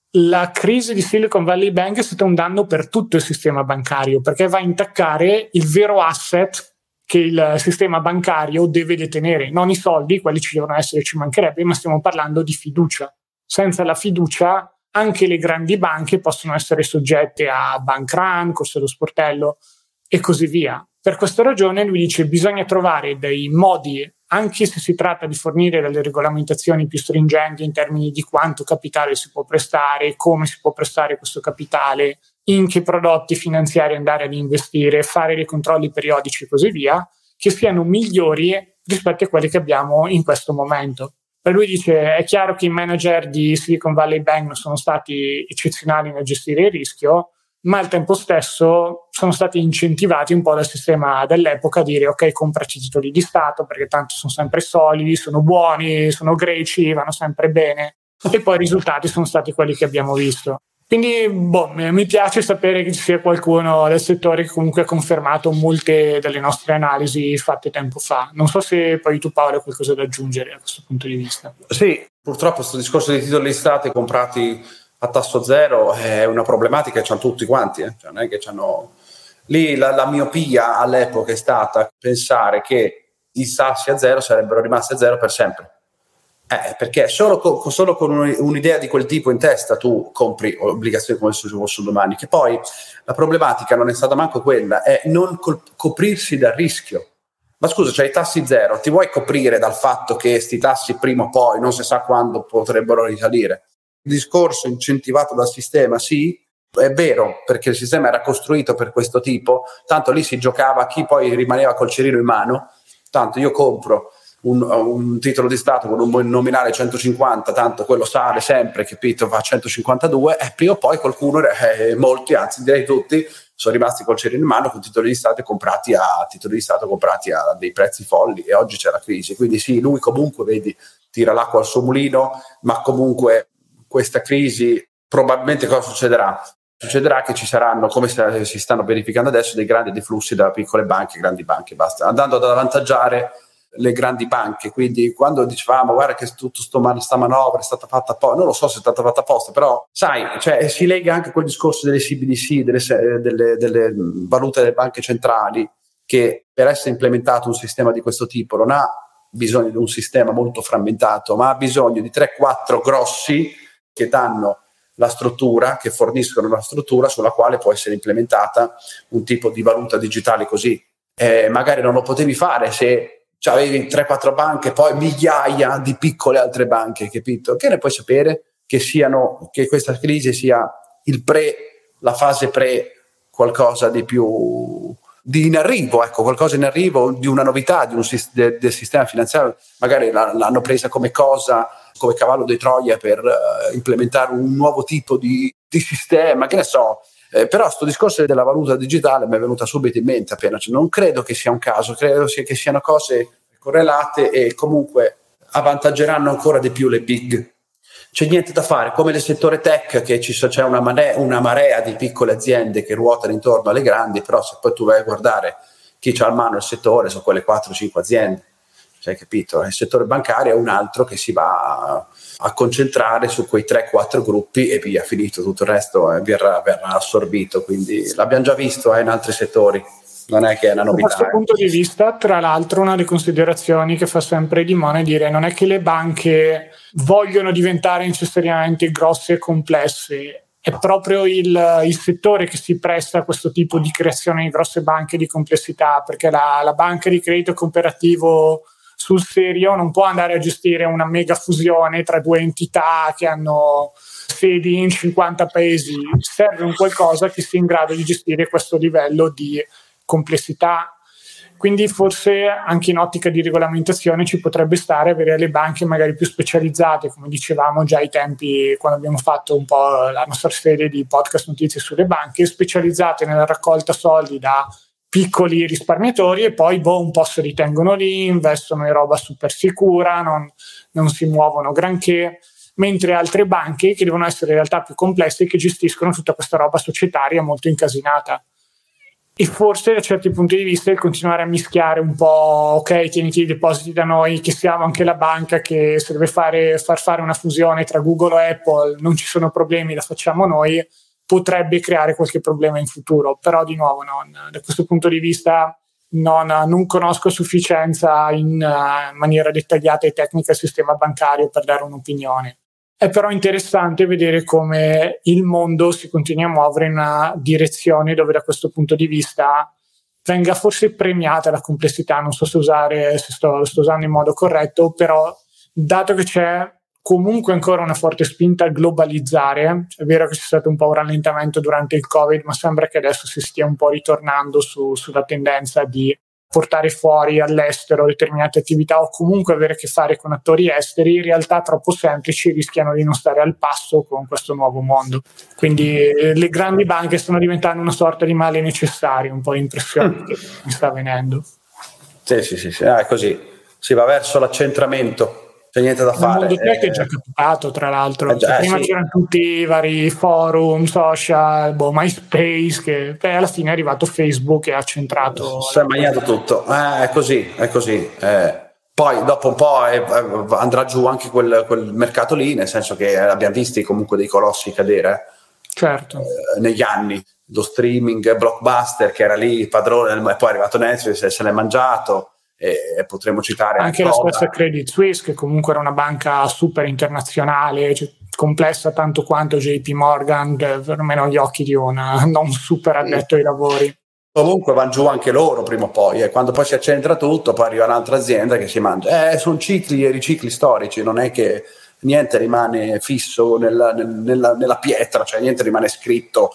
la crisi di Silicon Valley Bank è stata un danno per tutto il sistema bancario, perché va a intaccare il vero asset che il sistema bancario deve detenere, non i soldi, quelli ci devono essere, ci mancherebbe, ma stiamo parlando di fiducia. Senza la fiducia anche le grandi banche possono essere soggette a bank run, corso dello sportello e così via. Per questa ragione lui dice bisogna trovare dei modi, anche se si tratta di fornire delle regolamentazioni più stringenti in termini di quanto capitale si può prestare, come si può prestare questo capitale, in che prodotti finanziari andare ad investire, fare dei controlli periodici e così via, che siano migliori rispetto a quelli che abbiamo in questo momento. Per lui dice è chiaro che i manager di Silicon Valley Bank non sono stati eccezionali nel gestire il rischio, ma al tempo stesso sono stati incentivati un po' dal sistema dell'epoca a dire ok, compraci titoli di Stato perché tanto sono sempre solidi, sono buoni, sono greci, vanno sempre bene, e poi i risultati sono stati quelli che abbiamo visto. Quindi boh, mi piace sapere che ci sia qualcuno del settore che comunque ha confermato molte delle nostre analisi fatte tempo fa. Non so se poi tu, Paolo, hai qualcosa da aggiungere a questo punto di vista. Sì, purtroppo questo discorso dei titoli di Stato comprati a tasso zero è una problematica che hanno tutti quanti, eh. Cioè, non è che c'hanno... Lì la, la miopia all'epoca è stata pensare che i tassi a zero sarebbero rimasti a zero per sempre. Eh, perché solo con, solo con un'idea di quel tipo in testa tu compri obbligazioni come se fossero domani, che poi la problematica non è stata manco quella, è non col- coprirsi dal rischio. Ma scusa, c'hai i tassi zero, ti vuoi coprire dal fatto che sti tassi prima o poi non si sa quando potrebbero risalire? Il discorso incentivato dal sistema, sì, è vero, perché il sistema era costruito per questo tipo, tanto lì si giocava chi poi rimaneva col cerino in mano, tanto io compro Un, un titolo di Stato con un nominale centocinquanta, tanto quello sale sempre, capito, va a centocinquantadue, e prima o poi qualcuno, eh, molti, anzi direi tutti, sono rimasti col cerino in mano con titoli di Stato comprati a titoli di Stato comprati a dei prezzi folli, e oggi c'è la crisi. Quindi sì, lui comunque, vedi, tira l'acqua al suo mulino, ma comunque questa crisi probabilmente cosa succederà? Succederà che ci saranno, come si stanno verificando adesso, dei grandi deflussi da piccole banche a grandi banche, basta, andando ad avvantaggiare le grandi banche. Quindi quando dicevamo guarda che tutto sto man- sta manovra è stata fatta apposta, non lo so se è stata fatta apposta, però sai, cioè, si lega anche quel discorso delle C B D C, delle, delle, delle valute delle banche centrali, che per essere implementato un sistema di questo tipo non ha bisogno di un sistema molto frammentato, ma ha bisogno di tre quattro grossi che danno la struttura, che forniscono la struttura sulla quale può essere implementata un tipo di valuta digitale così. Eh, magari non lo potevi fare se cioè avevi tre quattro banche, poi migliaia di piccole altre banche, capito? Che ne puoi sapere che siano, che questa crisi sia il pre, la fase pre, qualcosa di più di in arrivo, ecco, qualcosa in arrivo, di una novità di un, de, del sistema finanziario. Magari l'hanno presa come cosa, come cavallo di Troia per uh, implementare un nuovo tipo di, di sistema, che ne so. Eh, però sto discorso della valuta digitale mi è venuta subito in mente appena, cioè, non credo che sia un caso, credo sia, che siano cose correlate e comunque avvantaggeranno ancora di più le big. C'è niente da fare, come nel settore tech che ci, c'è una marea, una marea di piccole aziende che ruotano intorno alle grandi, però se poi tu vai a guardare chi c'ha a mano il settore sono quelle quattro cinque aziende, cioè, capito? Il settore bancario è un altro che si va a concentrare su quei tre quattro gruppi e via, finito, tutto il resto eh, verrà, verrà assorbito, quindi l'abbiamo già visto eh, in altri settori, non è che è una novità. Da questo eh. punto di vista, tra l'altro, una delle considerazioni che fa sempre Dimone è dire non è che le banche vogliono diventare necessariamente grosse e complesse, è proprio il, il settore che si presta a questo tipo di creazione di grosse banche di complessità, perché la, la banca di credito cooperativo sul serio non può andare a gestire una mega fusione tra due entità che hanno sedi in cinquanta paesi. Serve un qualcosa che sia in grado di gestire questo livello di complessità. Quindi forse anche in ottica di regolamentazione ci potrebbe stare avere le banche magari più specializzate, come dicevamo già ai tempi quando abbiamo fatto un po' la nostra serie di podcast notizie sulle banche, specializzate nella raccolta soldi da piccoli risparmiatori e poi boh, un po' si ritengono lì, investono in roba super sicura, non, non si muovono granché, mentre altre banche che devono essere in realtà più complesse, che gestiscono tutta questa roba societaria molto incasinata. e forse da certi punti di vista il continuare a mischiare un po', ok, tieniti i depositi da noi, che siamo anche la banca che se deve fare, far fare una fusione tra Google e Apple, non ci sono problemi, la facciamo noi, potrebbe creare qualche problema in futuro. Però di nuovo non, da questo punto di vista non, non conosco a sufficienza in uh, maniera dettagliata e tecnica il sistema bancario per dare un'opinione. È però interessante vedere come il mondo si continui a muovere in una direzione dove da questo punto di vista venga forse premiata la complessità, non so se usare, se sto, sto usando in modo corretto, però dato che c'è comunque ancora una forte spinta a globalizzare, è vero che c'è stato un po' un rallentamento durante il Covid, ma sembra che adesso si stia un po' ritornando su, sulla tendenza di portare fuori all'estero determinate attività o comunque avere a che fare con attori esteri, in realtà troppo semplici rischiano di non stare al passo con questo nuovo mondo. Quindi eh, le grandi banche stanno diventando una sorta di male necessario, un po' l'impressione che mi sta venendo. Sì, sì, sì, sì. Ah, è così. Si va verso l'accentramento. C'è niente da fare. Il mondo tech è già capitato, tra l'altro. Eh, già, cioè, prima sì. c'erano tutti i vari forum, social, boh, MySpace, che poi alla fine è arrivato Facebook e ha centrato. Si è mangiato tutto. Eh, è così, è così. Eh. Poi dopo un po' eh, andrà giù anche quel, quel mercato lì, nel senso che abbiamo visti comunque dei colossi cadere. Certo. Eh, negli anni. Lo streaming, Blockbuster, che era lì padrone, e poi è arrivato Netflix e se l'è mangiato. E potremmo citare anche la stessa Credit Suisse, che comunque era una banca super internazionale, cioè, complessa tanto quanto J P Morgan, perlomeno agli occhi di una non super addetto ai lavori. Comunque vanno giù anche loro prima o poi, e eh. quando poi si accentra tutto poi arriva un'altra azienda che si mangia. Eh, sono cicli e ricicli storici, non è che niente rimane fisso nella, nella, nella pietra, cioè niente rimane scritto.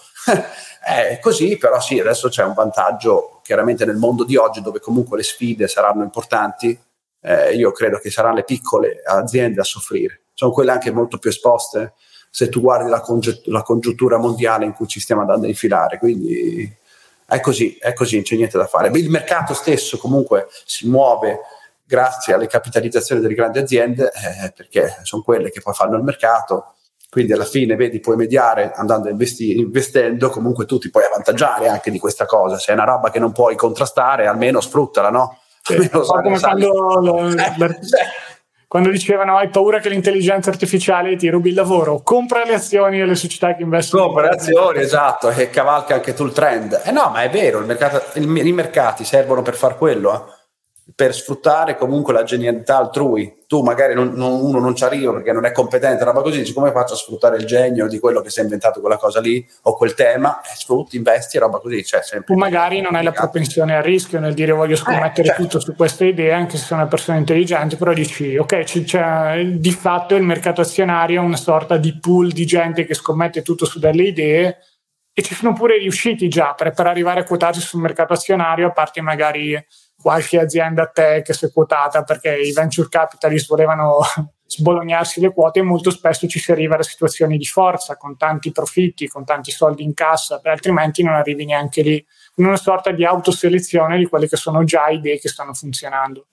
È così, però sì, adesso c'è un vantaggio chiaramente nel mondo di oggi, dove comunque le sfide saranno importanti. Eh, io credo che saranno le piccole aziende a soffrire, sono quelle anche molto più esposte se tu guardi la, conget- la congiuntura mondiale in cui ci stiamo andando a infilare, quindi è così, è così, non c'è niente da fare. Il mercato stesso comunque si muove grazie alle capitalizzazioni delle grandi aziende, eh, perché sono quelle che poi fanno il mercato. Quindi alla fine, vedi, puoi mediare andando a investi- investendo, comunque tu ti puoi avvantaggiare anche di questa cosa. Se è una roba che non puoi contrastare, almeno sfruttala, no? Sì, almeno so, come quando, lo, eh, la, quando dicevano hai paura che l'intelligenza artificiale ti rubi il lavoro, compra le azioni delle società che investono. Compra le azioni, esatto, e cavalca anche tu il trend. Eh no, ma è vero, il mercato, il, i mercati servono per far quello, eh? Per sfruttare comunque la genialità altrui. Tu magari non, non, uno non ci arriva perché non è competente, roba così, dici come faccio a sfruttare il genio di quello che si è inventato quella cosa lì o quel tema, e sfrutti, investi e roba così. Cioè, sempre tu magari non hai la propensione al rischio nel dire voglio scommettere eh, certo. tutto su questa idea, anche se sei una persona intelligente, però dici ok, c'è, c'è, di fatto il mercato azionario è una sorta di pool di gente che scommette tutto su delle idee, e ci sono pure riusciti già per, per arrivare a quotarsi sul mercato azionario, a parte magari qualche azienda tech si è quotata perché i venture capitalist volevano sbolognarsi le quote, e molto spesso ci si arriva da situazioni di forza, con tanti profitti, con tanti soldi in cassa, per altrimenti non arrivi neanche lì, in una sorta di autoselezione di quelle che sono già idee che stanno funzionando.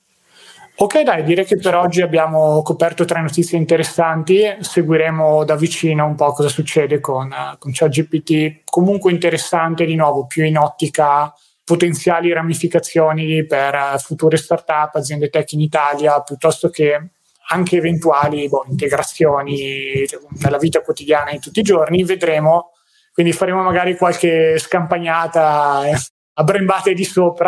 Ok, dai, direi che per oggi abbiamo coperto tre notizie interessanti, seguiremo da vicino un po' cosa succede con, con ChatGPT, comunque interessante, di nuovo più in ottica potenziali ramificazioni per future startup, aziende tech in Italia, piuttosto che anche eventuali boh, integrazioni nella vita quotidiana di tutti i giorni. Vedremo, quindi faremo magari qualche scampagnata a brembate di sopra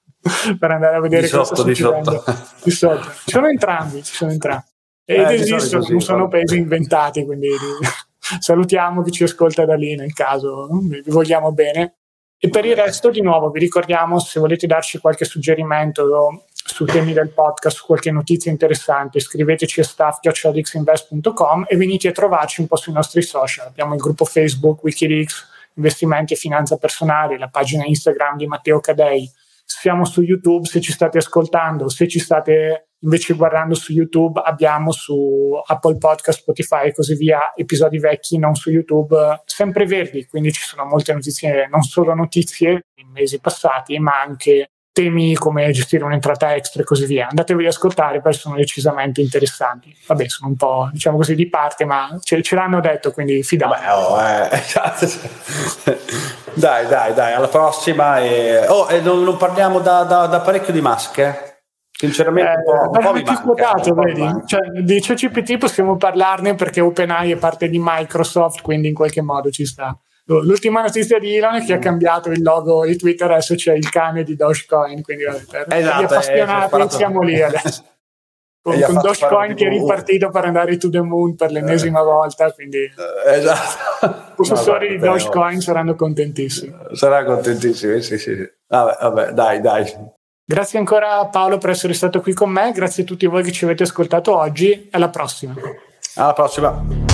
per andare a vedere di sotto, cosa di succede. sotto. Di sotto. Ci sono entrambi, ci sono entrambi. Ed eh, esistono, non sono paesi inventati, quindi salutiamo chi ci ascolta da lì nel caso, vi vogliamo bene. E per il resto, di nuovo, vi ricordiamo, se volete darci qualche suggerimento su temi del podcast, su qualche notizia interessante, scriveteci a staff chiocciola dixinvest punto com e venite a trovarci un po' sui nostri social. Abbiamo il gruppo Facebook Wikileaks, investimenti e finanza personale, la pagina Instagram di Matteo Cadei. Siamo su YouTube, se ci state ascoltando, se ci state invece guardando su YouTube, abbiamo su Apple Podcast, Spotify e così via episodi vecchi, non su YouTube, sempre verdi, quindi ci sono molte notizie, non solo notizie in mesi passati, ma anche temi come gestire un'entrata extra e così via. Andatevi ad ascoltare perché sono decisamente interessanti. Vabbè, sono un po', diciamo così, di parte, ma ce, ce l'hanno detto, quindi fidatevi. Oh, eh. Dai, dai, dai, alla prossima. E, oh, e non, non parliamo da, da, da parecchio di Musk, eh? Sinceramente, eh, un po', un po' mi più manca, quotato, un po' mi vedi? manca. Cioè, di ChatGPT possiamo parlarne perché OpenAI è parte di Microsoft, quindi in qualche modo ci sta. L'ultima notizia di Elon è che ha cambiato il logo di Twitter, adesso c'è il cane di Dogecoin, quindi vabbè, per Esatto, gli appassionati eh, siamo lì adesso. Con, con Dogecoin che è ripartito per andare to the moon per l'ennesima eh, volta, quindi eh, esatto. i possessori no, di Dogecoin saranno contentissimi. Saranno contentissimi, sì, sì, sì. Vabbè, vabbè, dai, dai. Grazie ancora Paolo per essere stato qui con me, grazie a tutti voi che ci avete ascoltato oggi, alla prossima. Alla prossima.